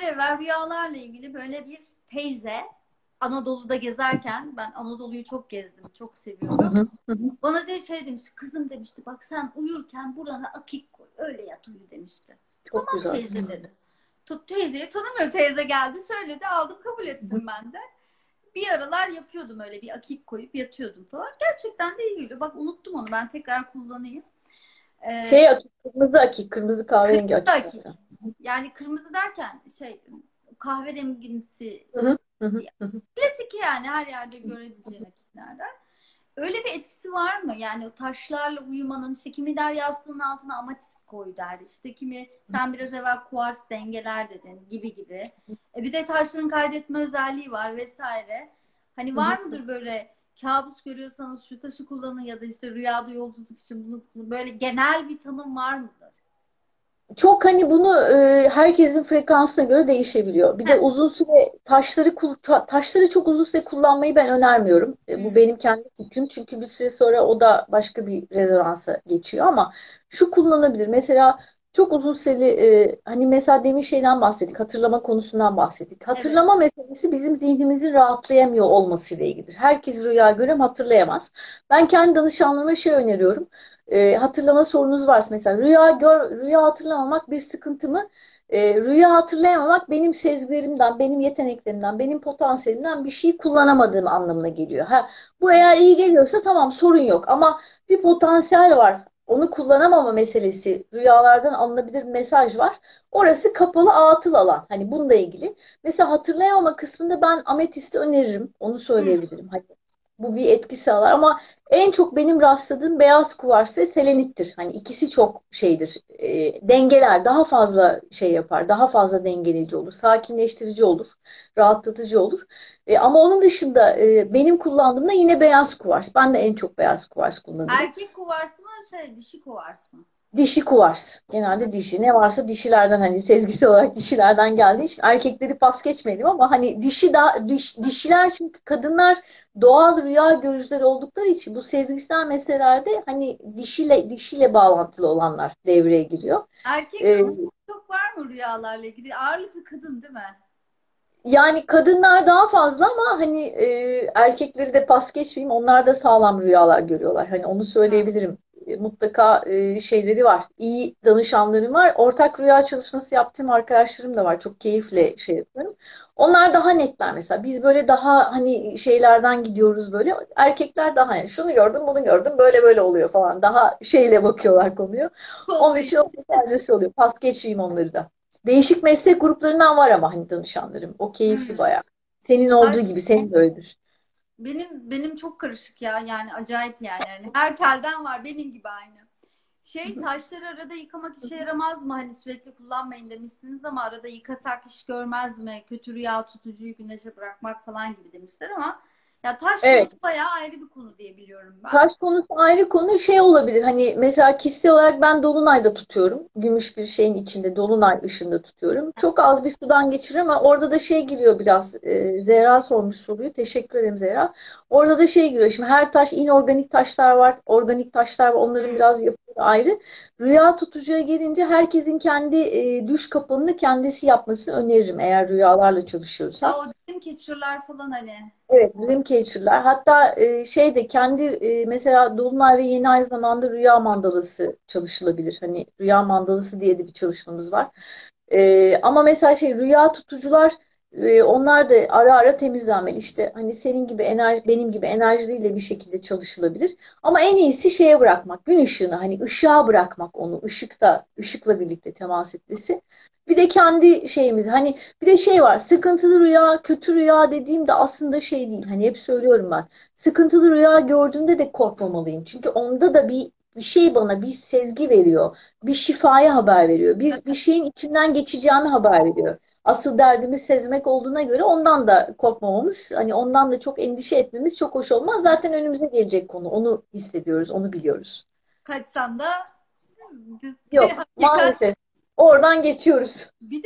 yıllar evvel rüyalarla ilgili böyle bir teyze Anadolu'da gezerken, ben Anadolu'yu çok gezdim, çok Hı seviyorum. hı, hı hı. Bana de şey demişti, kızım demişti, bak sen uyurken burana akik koy, öyle yat uyu demişti. Çok Tamam güzel. teyze dedi. Teyzeyi tanımıyorum, teyze geldi söyledi, aldım kabul Hı hı. ettim ben de. Bir aralar yapıyordum, öyle bir akik koyup yatıyordum falan. Gerçekten de iyi geliyor. Bak unuttum onu, ben tekrar kullanayım. Ee, Şey akik, kırmızı akik, kırmızı kahverengi Kırmızı akik akik. zaten. Yani kırmızı derken şey, kahverengimsi, Hı hı, hı hı, hı hı. klasik yani her yerde görebileceğin akiklerden. Öyle bir etkisi var mı? Yani o taşlarla uyumanın, işte kimi der yastığının altına amatist koy der. İşte kimi, sen biraz evvel kuars dengeler dedin, gibi gibi. Bir de taşların kaydetme özelliği var vesaire. Hani Hı hı. var mıdır böyle, kabus görüyorsanız şu taşı kullanın ya da işte rüyada yolculuk için bunu, böyle genel bir tanım var mıdır? Çok hani bunu herkesin frekansına göre değişebiliyor. Bir de Heh. uzun süre taşları çok uzun süre kullanmayı ben önermiyorum. Bu Hmm. benim kendi fikrim. Çünkü bir süre sonra o da başka bir rezonansa geçiyor ama şu kullanılabilir. Mesela çok uzun süreli hani mesela demin şeyden bahsettik. Hatırlama konusundan bahsettik. Evet. Hatırlama meselesi bizim zihnimizin rahatlayamıyor olmasıyla ilgilidir. Herkes rüya görüyor ama hatırlayamaz. Ben kendi danışanlarıma şey öneriyorum. Hatırlama sorunuz varsa mesela rüya hatırlamamak bir sıkıntı mı? Rüya hatırlayamamak benim sezgilerimden, benim yeteneklerimden, benim potansiyelimden bir şey kullanamadığım anlamına geliyor. Ha, bu eğer iyi geliyorsa tamam sorun yok ama bir potansiyel var. Onu kullanamama meselesi, rüyalardan alınabilir bir mesaj var. Orası kapalı atıl alan. Hani bununla ilgili. Mesela hatırlayamama kısmında ben ametisti öneririm. Onu Hmm. söyleyebilirim. Hani bu bir etki sağlar ama en çok benim rastladığım beyaz kuvars ve selenittir. Hani ikisi çok şeydir. Dengeler daha fazla şey yapar. Daha fazla dengeleyici olur. Sakinleştirici olur. Rahatlatıcı olur. Ama onun dışında benim kullandığımda yine beyaz kuvars. Ben de en çok beyaz kuvars kullanırım. Erkek kuvars mı, şey, dişi kuvars mı? Dişi kuvars. Genelde dişi. Ne varsa dişilerden hani sezgisel olarak dişilerden geldiği için erkekleri pas geçmeyelim ama hani dişiler çünkü kadınlar doğal rüya görücüleri oldukları için bu sezgisel meselelerde hani dişiyle bağlantılı olanlar devreye giriyor. Erkek Ee, tanıdık çok var mı rüyalarla ilgili? Ağırlıklı kadın değil mi? Yani kadınlar daha fazla ama hani erkekleri de pas geçmeyeyim. Onlar da sağlam rüyalar görüyorlar. Hani onu Ha. söyleyebilirim. Mutlaka şeyleri var. İyi danışanlarım var. Ortak rüya çalışması yaptığım arkadaşlarım da var. Çok keyifle şey yapıyorum. Onlar daha netler mesela. Biz böyle daha hani şeylerden gidiyoruz böyle. Erkekler daha hani şunu gördüm, bunu gördüm, böyle böyle oluyor falan. Daha şeyle bakıyorlar konuyu. Onun Kollayıcı. için o bir faydası oluyor. Pas geçmeyeyim onları da. Değişik meslek gruplarından var ama hani danışanlarım. O keyifli Hmm. bayağı. Senin olduğu Ay, gibi senin de öyledir. benim çok karışık ya, yani acayip yani. Yani her telden var benim gibi aynı. Hı Şey, hı. taşları arada yıkamak işe yaramaz mı? Hani sürekli kullanmayın demişsiniz ama arada yıkasak iş görmez mi? Kötü rüya tutucuyu güneşe bırakmak falan gibi demişler ama ya taş Evet. konusu bayağı ayrı bir konu diye biliyorum ben. Taş konusu ayrı konu şey olabilir. Hani mesela kişisel olarak ben dolunayda tutuyorum. Gümüş bir şeyin içinde dolunay ışığında tutuyorum. Çok az bir sudan geçiriyorum ama orada da şey giriyor biraz. Zehra sormuş soruyu. Teşekkür ederim Zehra. Orada da şey giriyor. Şimdi her taş inorganik taşlar var. Organik taşlar var. Onların Hmm. biraz yapıları ayrı. Rüya tutucuya gelince herkesin kendi düş kapanını kendisi yapmasını öneririm. Eğer rüyalarla çalışıyorsa. O dedim keçirirler falan hani. Evet, Dreamcatcher'lar. Hatta şey de kendi mesela Dolunay ve Yeni Ay zamanında rüya mandalası çalışılabilir. Hani rüya mandalası diye de bir çalışmamız var. Ama mesela şey rüya tutucular onlar da ara ara temizlenmeli. İşte hani senin gibi enerji, benim gibi enerjiyle bir şekilde çalışılabilir. Ama en iyisi şeye bırakmak, gün ışığına hani ışığa bırakmak onu, ışıkla birlikte temas etmesi. Bir de kendi şeyimiz hani bir de şey var sıkıntılı rüya, kötü rüya dediğimde aslında şey değil. Hani hep söylüyorum ben. Sıkıntılı rüya gördüğümde de korkmamalıyım. Çünkü onda da bir şey bana bir sezgi veriyor. Bir şifaya haber veriyor. Bir şeyin içinden geçeceğimi haber veriyor. Asıl derdimiz sezmek olduğuna göre ondan da korkmamamız, hani ondan da çok endişe etmemiz çok hoş olmaz. Zaten önümüze gelecek konu. Onu hissediyoruz, onu biliyoruz. Kaçsan da Yok, hakikat. maalesef. Oradan geçiyoruz. Bir